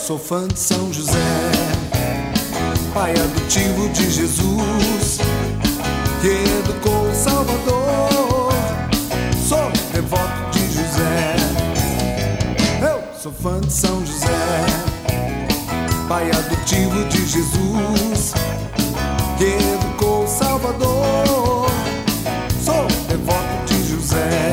sou fã de São José, pai adotivo de Jesus, que educou o Salvador. Sou devoto de José. Eu sou fã de São José, pai adotivo de Jesus, que educou o Salvador. Sou devoto de José.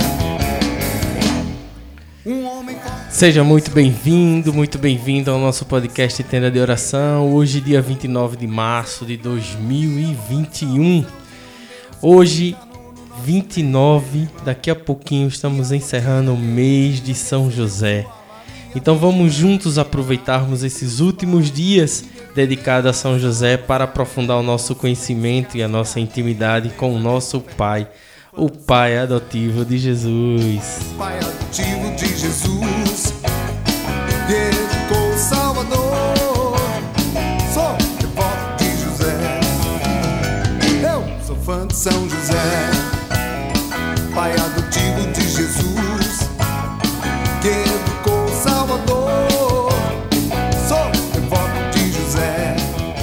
Seja muito bem-vindo ao nosso podcast Tenda de Oração. Hoje, dia 29 de março de 2021. Hoje, 29, daqui a pouquinho estamos encerrando o mês de São José. Então vamos juntos aproveitarmos esses últimos dias dedicados a São José para aprofundar o nosso conhecimento e a nossa intimidade com o nosso Pai, o Pai adotivo de Jesus. Pai adotivo de Jesus, que educou o Salvador. Sou devoto de José. Eu sou fã de São José, pai adotivo de Jesus, que educou o Salvador. Sou devoto de José.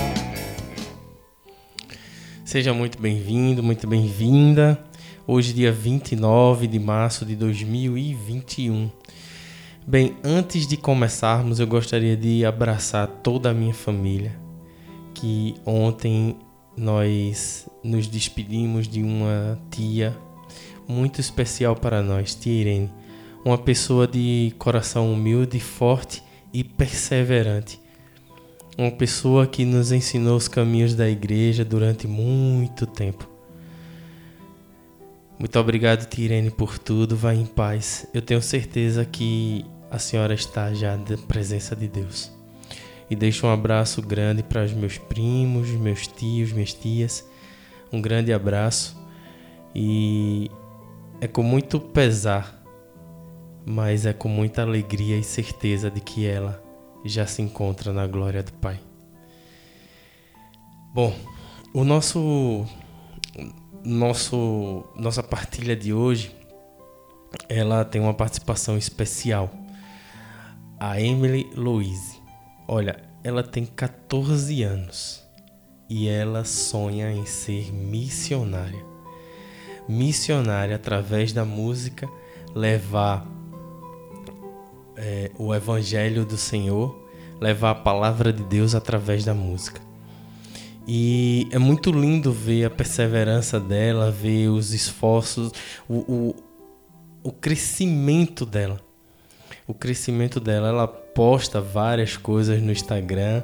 Seja muito bem-vindo, muito bem-vinda. Hoje, dia 29 de março de 2021. Bem, antes de começarmos, eu gostaria de abraçar toda a minha família, que ontem nós nos despedimos de uma tia muito especial para nós, tia Irene, uma pessoa de coração humilde, forte e perseverante. Uma pessoa que nos ensinou os caminhos da igreja durante muito tempo. Muito obrigado, tia Irene, por tudo. Vá em paz. Eu tenho certeza que a senhora está já na presença de Deus. E deixo um abraço grande para os meus primos, meus tios, minhas tias. Um grande abraço. E é com muito pesar, mas é com muita alegria e certeza de que ela já se encontra na glória do Pai. Bom, nossa partilha de hoje, ela tem uma participação especial. A Emily Louise. Olha, ela tem 14 anos e ela sonha em ser missionária. Missionária através da música, levar o evangelho do Senhor, levar a palavra de Deus através da música. E é muito lindo ver a perseverança dela, ver os esforços, o crescimento dela. O crescimento dela, ela posta várias coisas no Instagram,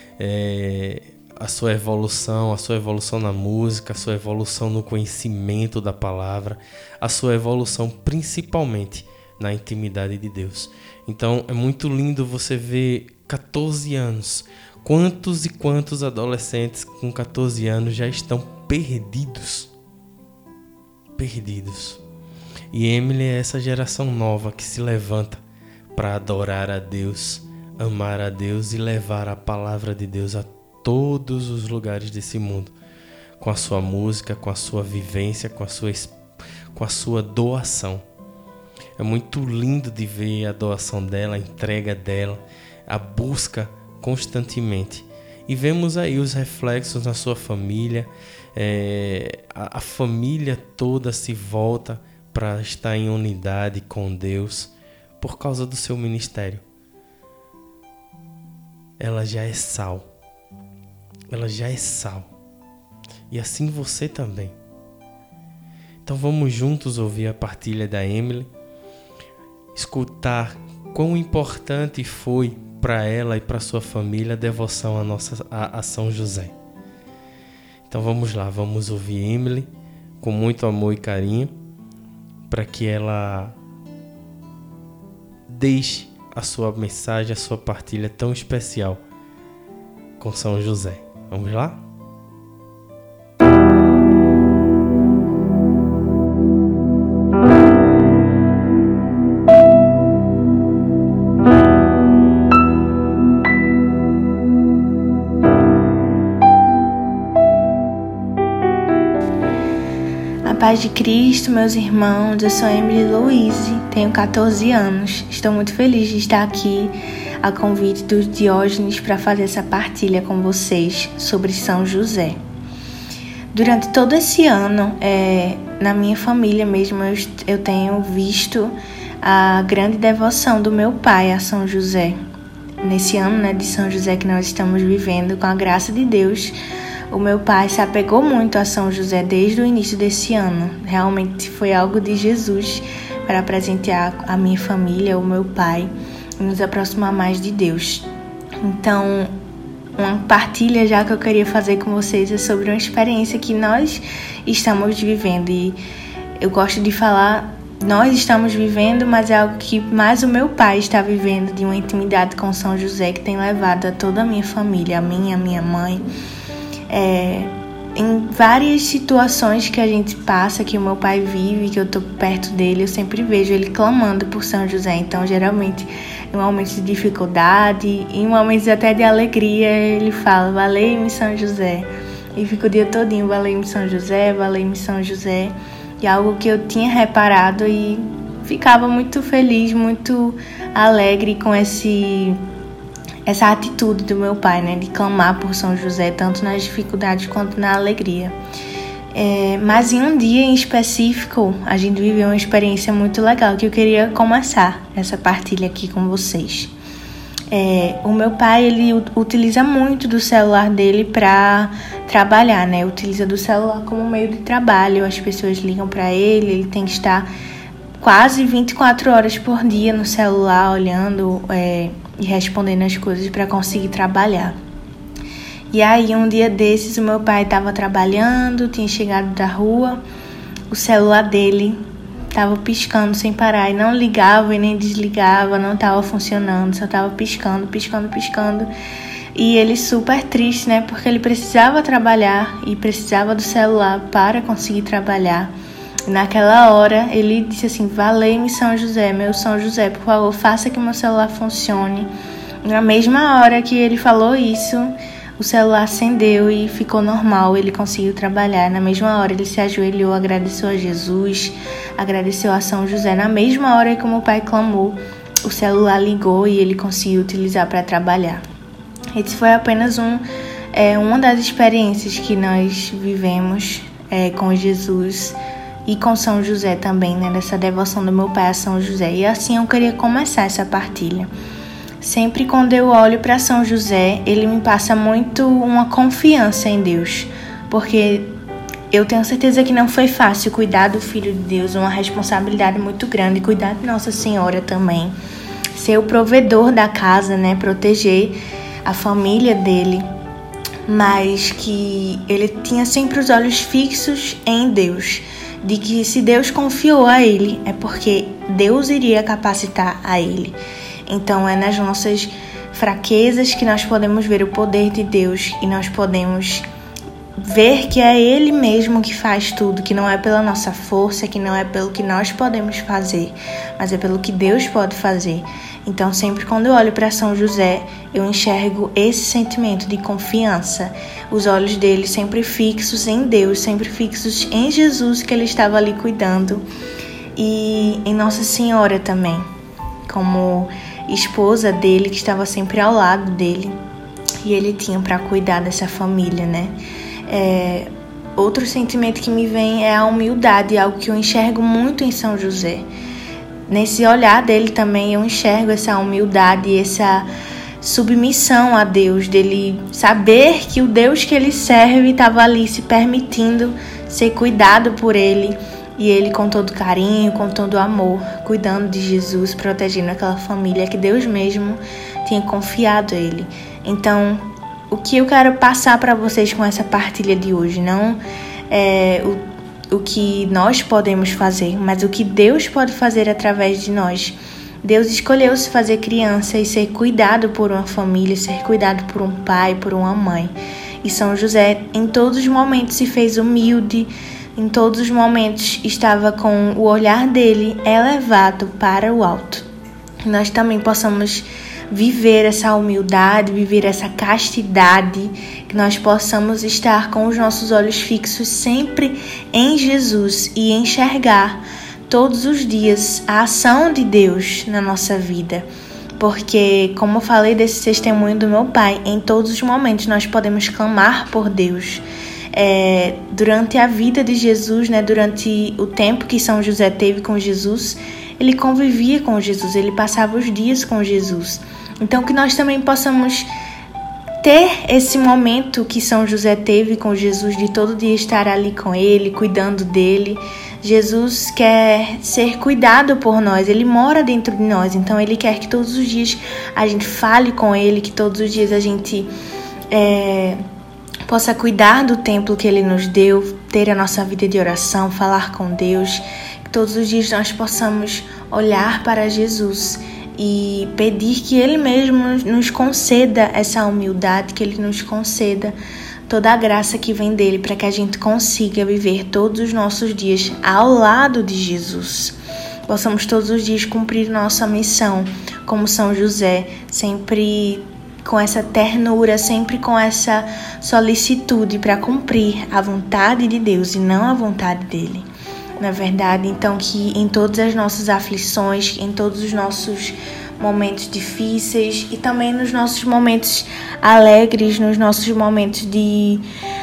a sua evolução na música, a sua evolução no conhecimento da palavra, a sua evolução principalmente na intimidade de Deus. Então é muito lindo você ver 14 anos. Quantos e quantos adolescentes com 14 anos já estão perdidos? Perdidos. E Emily é essa geração nova que se levanta para adorar a Deus, amar a Deus e levar a palavra de Deus a todos os lugares desse mundo. Com a sua música, com a sua vivência, com a sua doação. É muito lindo de ver a doação dela, a entrega dela, a busca constantemente. E vemos aí os reflexos na sua família. A família toda se volta para estar em unidade com Deus por causa do seu ministério. Ela já é sal. Ela já é sal. E assim você também. Então vamos juntos ouvir a partilha da Emily, escutar quão importante foi para ela e para sua família a devoção a São José. Então vamos lá, vamos ouvir Emily com muito amor e carinho, para que ela deixe a sua mensagem, a sua partilha tão especial com São José. Vamos lá? Paz de Cristo, meus irmãos, eu sou Emily Louise, tenho 14 anos, estou muito feliz de estar aqui a convite dos Diógenes para fazer essa partilha com vocês sobre São José. Durante todo esse ano, na minha família mesmo, eu tenho visto a grande devoção do meu pai a São José. Nesse ano, né, de São José que nós estamos vivendo, com a graça de Deus, o meu pai se apegou muito a São José desde o início desse ano. Realmente foi algo de Jesus para presentear a minha família, o meu pai, e nos aproximar mais de Deus. Então, uma partilha já que eu queria fazer com vocês é sobre uma experiência que nós estamos vivendo. E eu gosto de falar, nós estamos vivendo, mas é algo que mais o meu pai está vivendo, de uma intimidade com São José que tem levado a toda a minha família, a minha mãe, em várias situações que a gente passa, que o meu pai vive, que eu tô perto dele, eu sempre vejo ele clamando por São José. Então, geralmente, em momentos de dificuldade, em momentos até de alegria, ele fala, valei-me São José. E fica o dia todinho, valei-me São José, valei-me São José. E algo que eu tinha reparado e ficava muito feliz, muito alegre com essa atitude do meu pai, né, de clamar por São José, tanto nas dificuldades quanto na alegria. Mas em um dia em específico, a gente viveu uma experiência muito legal que eu queria começar essa partilha aqui com vocês. O meu pai, ele utiliza muito do celular dele para trabalhar, né? Utiliza do celular como meio de trabalho. As pessoas ligam para ele tem que estar quase 24 horas por dia no celular, olhando e respondendo as coisas para conseguir trabalhar. E aí, um dia desses, o meu pai estava trabalhando, tinha chegado da rua, o celular dele estava piscando sem parar, e não ligava e nem desligava, não estava funcionando, só estava piscando. E ele super triste, né, porque ele precisava trabalhar e precisava do celular para conseguir trabalhar. E naquela hora, ele disse assim, valei-me São José, meu São José, por favor, faça que meu celular funcione. Na mesma hora que ele falou isso, o celular acendeu e ficou normal, ele conseguiu trabalhar. Na mesma hora ele se ajoelhou, agradeceu a Jesus, agradeceu a São José. Na mesma hora que o meu pai clamou, o celular ligou e ele conseguiu utilizar para trabalhar. Esse foi apenas uma das experiências que nós vivemos com Jesus e com São José também, né, dessa devoção do meu pai a São José. E assim eu queria começar essa partilha. Sempre quando eu olho para São José, ele me passa muito uma confiança em Deus, porque eu tenho certeza que não foi fácil cuidar do Filho de Deus, uma responsabilidade muito grande, cuidar de Nossa Senhora também, ser o provedor da casa, né, proteger a família dele, mas que ele tinha sempre os olhos fixos em Deus, de que se Deus confiou a ele, é porque Deus iria capacitar a ele. Então é nas nossas fraquezas que nós podemos ver o poder de Deus e nós podemos ver que é Ele mesmo que faz tudo, que não é pela nossa força, que não é pelo que nós podemos fazer, mas é pelo que Deus pode fazer. Então sempre quando eu olho para São José, eu enxergo esse sentimento de confiança, os olhos dele sempre fixos em Deus, sempre fixos em Jesus, que ele estava ali cuidando, e em Nossa Senhora também, como esposa dele, que estava sempre ao lado dele, e ele tinha para cuidar dessa família, né? Outro sentimento que me vem é a humildade, algo que eu enxergo muito em São José. Nesse olhar dele também eu enxergo essa humildade, essa submissão a Deus, dele saber que o Deus que ele serve estava ali se permitindo ser cuidado por ele, e ele com todo carinho, com todo amor, cuidando de Jesus, protegendo aquela família que Deus mesmo tinha confiado a ele. Então, o que eu quero passar para vocês com essa partilha de hoje não é o que nós podemos fazer, mas o que Deus pode fazer através de nós. Deus escolheu se fazer criança e ser cuidado por uma família, ser cuidado por um pai, por uma mãe. E São José, em todos os momentos, se fez humilde, em todos os momentos estava com o olhar dele elevado para o alto. Que nós também possamos viver essa humildade, viver essa castidade, que nós possamos estar com os nossos olhos fixos sempre em Jesus e enxergar todos os dias a ação de Deus na nossa vida. porque, como eu falei desse testemunho do meu pai, em todos os momentos nós podemos clamar por Deus. Durante a vida de Jesus, né, durante o tempo que São José teve com Jesus, ele convivia com Jesus, ele passava os dias com Jesus. Então, que nós também possamos ter esse momento que São José teve com Jesus, de todo dia estar ali com ele, cuidando dele. Jesus quer ser cuidado por nós, ele mora dentro de nós, então ele quer que todos os dias a gente fale com ele, que todos os dias a gente possa cuidar do templo que ele nos deu, ter a nossa vida de oração, falar com Deus, que todos os dias nós possamos olhar para Jesus e pedir que ele mesmo nos conceda essa humildade, que ele nos conceda toda a graça que vem dele, para que a gente consiga viver todos os nossos dias ao lado de Jesus. Possamos todos os dias cumprir nossa missão, como São José, sempre com essa ternura, sempre com essa solicitude para cumprir a vontade de Deus e não a vontade dele. Na verdade, então, que em todas as nossas aflições, em todos os nossos momentos difíceis e também nos nossos momentos alegres, nos nossos momentos de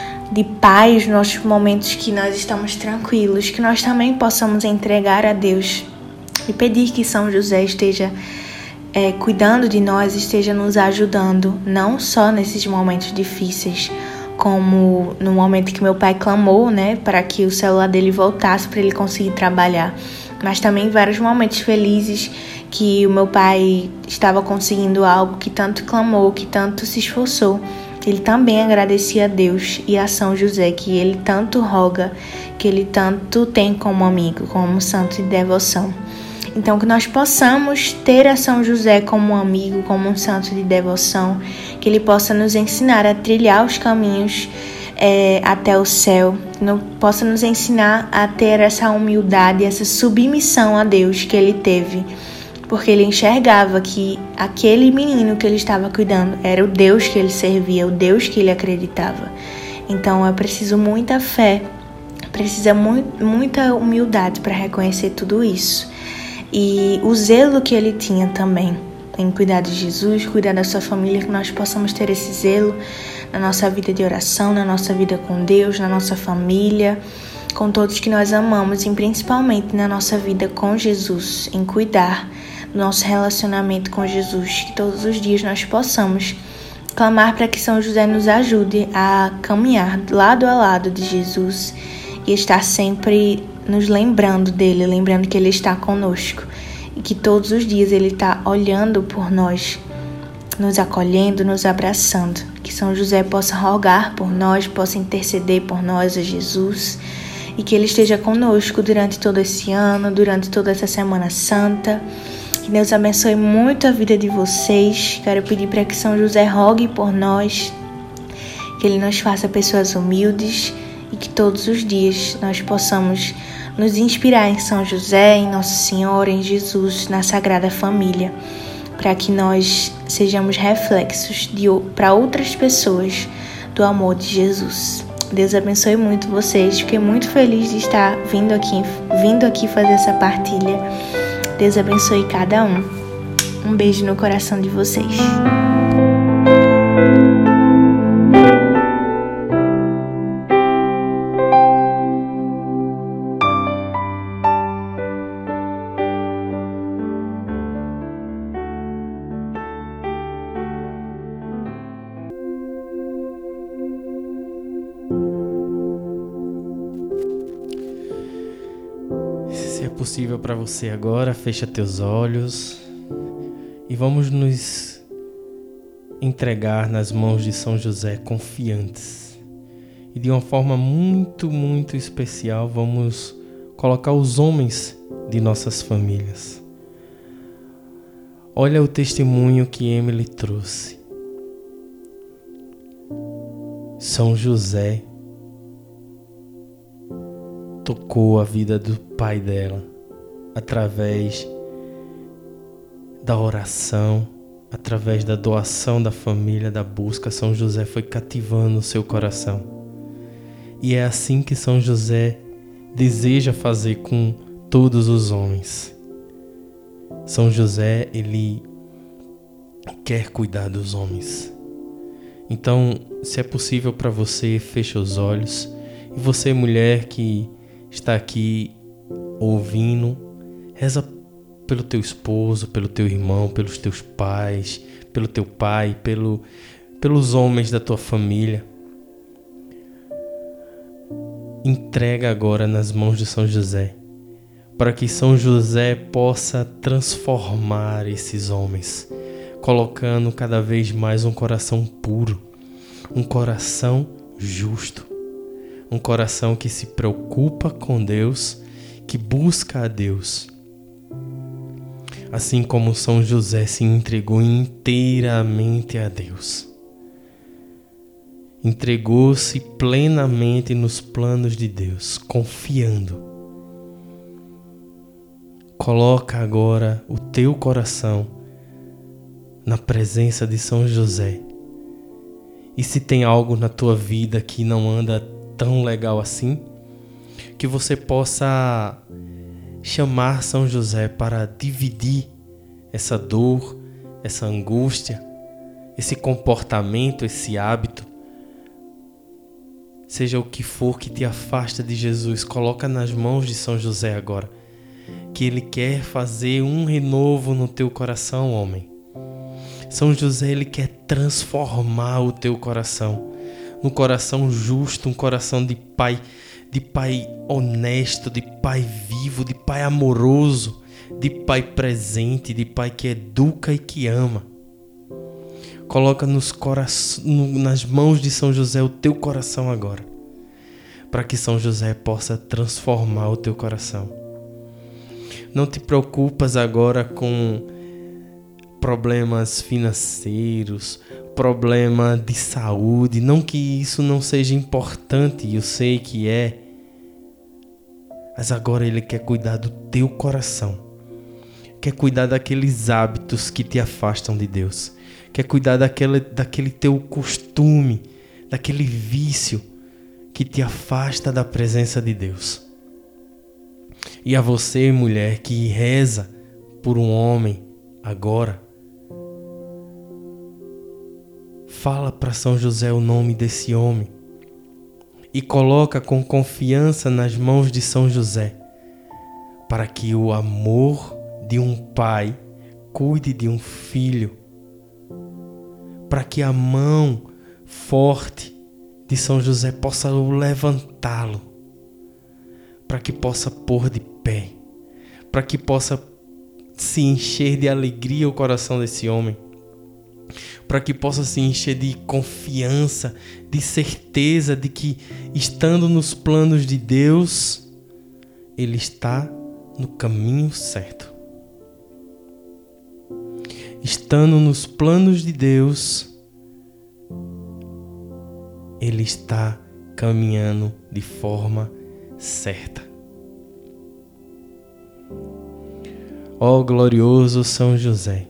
paz, nos nossos momentos que nós estamos tranquilos, que nós também possamos entregar a Deus e pedir que São José esteja cuidando de nós, esteja nos ajudando, não só nesses momentos difíceis, como no momento que meu pai clamou, né, para que o celular dele voltasse para ele conseguir trabalhar, mas também em vários momentos felizes que o meu pai estava conseguindo algo, que tanto clamou, que tanto se esforçou. Ele também agradecia a Deus e a São José, que ele tanto roga, que ele tanto tem como amigo, como santo de devoção. Então, que nós possamos ter a São José como um amigo, como um santo de devoção, que ele possa nos ensinar a trilhar os caminhos até o céu, possa nos ensinar a ter essa humildade, essa submissão a Deus que ele teve, porque ele enxergava que aquele menino que ele estava cuidando era o Deus que ele servia, o Deus que ele acreditava. Então, é preciso muita fé, precisa muita humildade para reconhecer tudo isso. E o zelo que ele tinha também em cuidar de Jesus, cuidar da sua família, que nós possamos ter esse zelo na nossa vida de oração, na nossa vida com Deus, na nossa família, com todos que nós amamos e principalmente na nossa vida com Jesus, em cuidar do nosso relacionamento com Jesus, que todos os dias nós possamos clamar para que São José nos ajude a caminhar lado a lado de Jesus e estar sempre nos lembrando dele, lembrando que ele está conosco e que todos os dias ele está olhando por nós, nos acolhendo, nos abraçando. Que São José possa rogar por nós, possa interceder por nós a Jesus e que ele esteja conosco durante todo esse ano, durante toda essa Semana Santa. Que Deus abençoe muito a vida de vocês. Quero pedir para que São José rogue por nós, que ele nos faça pessoas humildes e que todos os dias nós possamos nos inspirar em São José, em Nossa Senhora, em Jesus, na Sagrada Família, para que nós sejamos reflexos para outras pessoas do amor de Jesus. Deus abençoe muito vocês. Fiquei muito feliz de estar vindo aqui fazer essa partilha. Deus abençoe cada um. Um beijo no coração de vocês. Se é possível para você agora, fecha teus olhos e vamos nos entregar nas mãos de São José confiantes. E de uma forma muito, muito especial, vamos colocar os homens de nossas famílias. Olha o testemunho que Emily trouxe. São José tocou a vida do pai dela através da oração, através da doação da família, da busca. São José foi cativando o seu coração. E é assim que São José deseja fazer com todos os homens. São José, ele quer cuidar dos homens. Então, se é possível para você, feche os olhos. E você, mulher que está aqui ouvindo, reza pelo teu esposo, pelo teu irmão, pelos teus pais, pelo teu pai, pelos homens da tua família. Entrega agora nas mãos de São José, para que São José possa transformar esses homens, colocando cada vez mais um coração puro, um coração justo, um coração que se preocupa com Deus, que busca a Deus. Assim como São José se entregou inteiramente a Deus. Entregou-se plenamente nos planos de Deus, confiando. Coloca agora o teu coração na presença de São José. E se tem algo na tua vida que não anda tão legal assim, que você possa chamar São José para dividir essa dor, essa angústia, esse comportamento, esse hábito. Seja o que for que te afasta de Jesus, coloca nas mãos de São José agora, que Ele quer fazer um renovo no teu coração, homem. São José, Ele quer transformar o teu coração, num coração justo, um coração de pai honesto, de pai vivo, de pai amoroso, de pai presente, de pai que educa e que ama. Coloca nas mãos de São José o teu coração agora, para que São José possa transformar o teu coração. Não te preocupas agora com problemas financeiros, problema de saúde, não que isso não seja importante, eu sei que é, mas agora Ele quer cuidar do teu coração, quer cuidar daqueles hábitos que te afastam de Deus, quer cuidar daquele teu costume, daquele vício que te afasta da presença de Deus. E a você, mulher, que reza por um homem agora, fala para São José o nome desse homem e coloca com confiança nas mãos de São José, para que o amor de um pai cuide de um filho, para que a mão forte de São José possa levantá-lo, para que possa pôr de pé, para que possa se encher de alegria o coração desse homem, para que possa se encher de confiança, de certeza de que, estando nos planos de Deus, ele está no caminho certo. Estando nos planos de Deus, ele está caminhando de forma certa. Ó glorioso São José,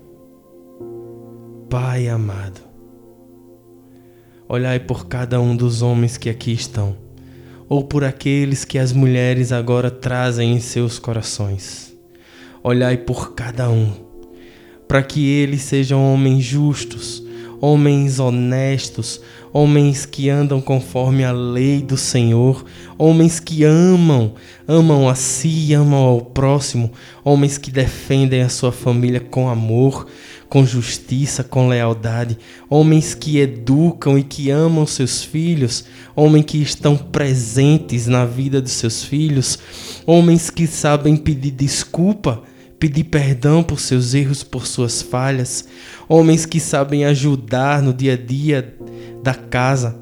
Pai amado, olhai por cada um dos homens que aqui estão, ou por aqueles que as mulheres agora trazem em seus corações. Olhai por cada um, para que eles sejam homens justos, homens honestos, homens que andam conforme a lei do Senhor, homens que amam a si e amam ao próximo, homens que defendem a sua família com amor, com justiça, com lealdade, homens que educam e que amam seus filhos, homens que estão presentes na vida dos seus filhos, homens que sabem pedir desculpa, pedir perdão por seus erros, por suas falhas, homens que sabem ajudar no dia a dia da casa.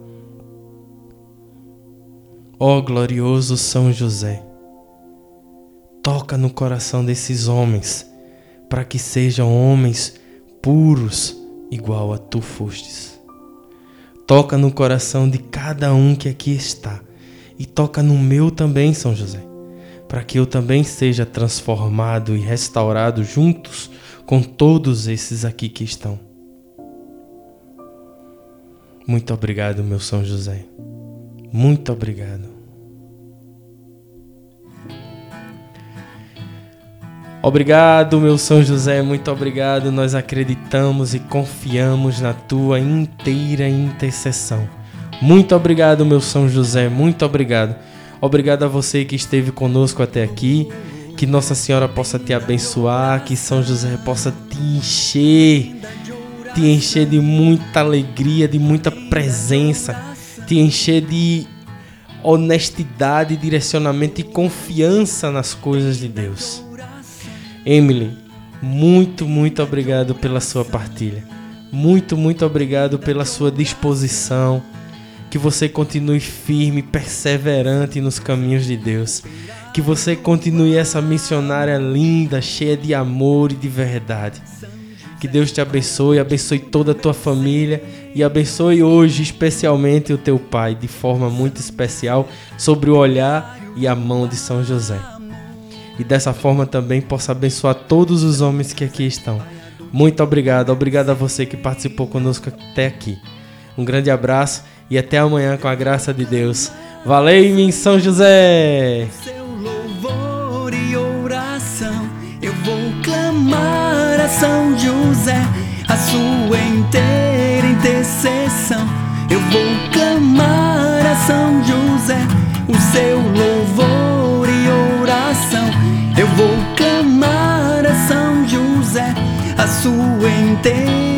Ó glorioso São José, toca no coração desses homens, para que sejam homens puros, igual a tu fostes. Toca no coração de cada um que aqui está, e toca no meu também, São José, para que eu também seja transformado e restaurado juntos com todos esses aqui que estão. Muito obrigado, meu São José. Muito obrigado. Obrigado, meu São José, muito obrigado. Nós acreditamos e confiamos na tua inteira intercessão. Muito obrigado, meu São José, muito obrigado. Obrigado a você que esteve conosco até aqui. Que Nossa Senhora possa te abençoar, que São José possa te encher de muita alegria, de muita presença, te encher de honestidade, direcionamento e confiança nas coisas de Deus. Emily, muito obrigado pela sua partilha. Muito obrigado pela sua disposição. Que você continue firme, perseverante nos caminhos de Deus. Que você continue essa missionária linda, cheia de amor e de verdade. Que Deus te abençoe, abençoe toda a tua família e abençoe hoje especialmente o teu pai, de forma muito especial, sobre o olhar e a mão de São José. E dessa forma também possa abençoar todos os homens que aqui estão. Muito obrigado a você que participou conosco até aqui. Um grande abraço e até amanhã com a graça de Deus. Valeu-me, São José! Seu louvor e oração, eu vou clamar a São José, a sua inteira intercessão. Eu vou clamar a São José, o seu louvor e oração. Eu vou clamar a São José, a sua inteira